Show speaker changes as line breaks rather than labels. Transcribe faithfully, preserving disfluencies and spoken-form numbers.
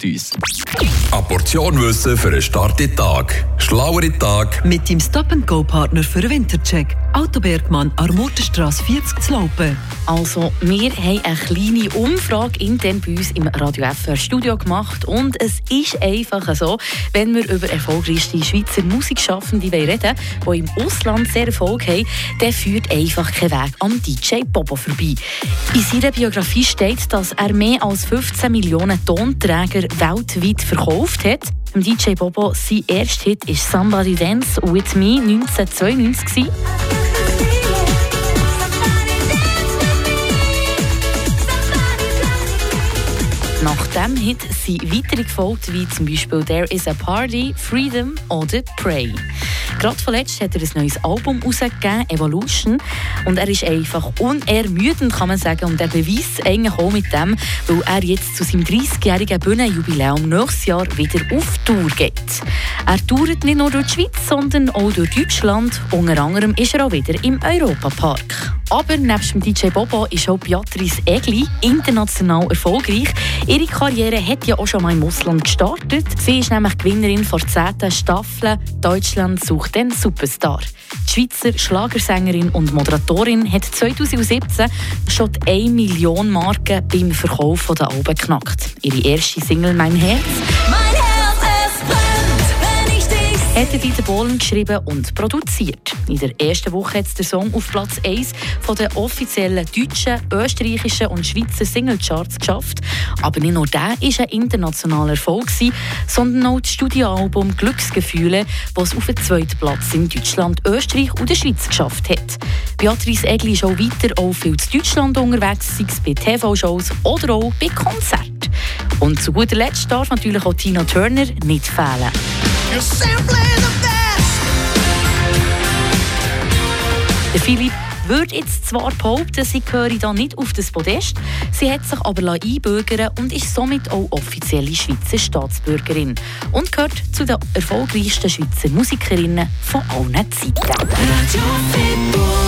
uns.
Eine Portion Wissen für einen starken Tag. Schlauere Tag.
Mit dem Stop-and-Go-Partner für den Wintercheck. Autobergmann, Armutenstrasse vierzig zu Laupen.
Also, wir haben eine kleine Umfrage intern bei uns im Radio F R Studio gemacht. Und es ist einfach so, wenn wir über erfolgreichste Schweizer Musikschaffende reden, die im Ausland sehr Erfolg haben, dann führt einfach kein Weg am D J Bobo vorbei. In seiner Biografie steht, dass er mehr als fünfzehn Millionen Tonträger weltweit verkauft hat. D J Bobo, sein erster Hit war «Somebody Dance With Me» neunzehnhundertzweiundneunzig. Nach diesem Hit sind weitere gefolgt, wie zum Beispiel «There is a Party», «Freedom» oder «Pray». Gerade vorletzt hat er ein neues Album herausgegeben, «Evolution». Und er ist einfach unermüdend, kann man sagen. Und er beweist eigentlich auch mit dem, weil er jetzt zu seinem dreißigjährigen Bühnenjubiläum nächstes Jahr wieder auf Tour geht. Er tourt nicht nur durch die Schweiz, sondern auch durch Deutschland. Unter anderem ist er auch wieder im Europapark. Aber nebst dem D J Bobo ist auch Beatrice Egli international erfolgreich. Ihre Karriere hat ja auch schon mal im Ausland gestartet. Sie ist nämlich Gewinnerin der zehnten Staffel «Deutschland sucht den Superstar». Die Schweizer Schlagersängerin und Moderatorin hat zweitausendsiebzehn schon die eine Million Marke beim Verkauf der Alben geknackt. Ihre erste Single «Mein Herz» hat Dieter Bohlen geschrieben und produziert. In der ersten Woche hat der Song auf Platz eins von den offiziellen deutschen, österreichischen und Schweizer Singlecharts geschafft. Aber nicht nur der war ein internationaler Erfolg, sondern auch das Studioalbum «Glücksgefühle», das es auf den zweiten Platz in Deutschland, Österreich und der Schweiz geschafft hat. Beatrice Egli ist auch weiter auch viel in Deutschland unterwegs, sei es bei T V-Shows oder auch bei Konzerten. Und zu guter Letzt darf natürlich auch Tina Turner nicht fehlen. Der Philipp würde jetzt zwar behaupten, sie gehöre da nicht auf das Podest, sie hat sich aber einbürgern und ist somit auch offizielle Schweizer Staatsbürgerin und gehört zu den erfolgreichsten Schweizer Musikerinnen von allen Zeiten.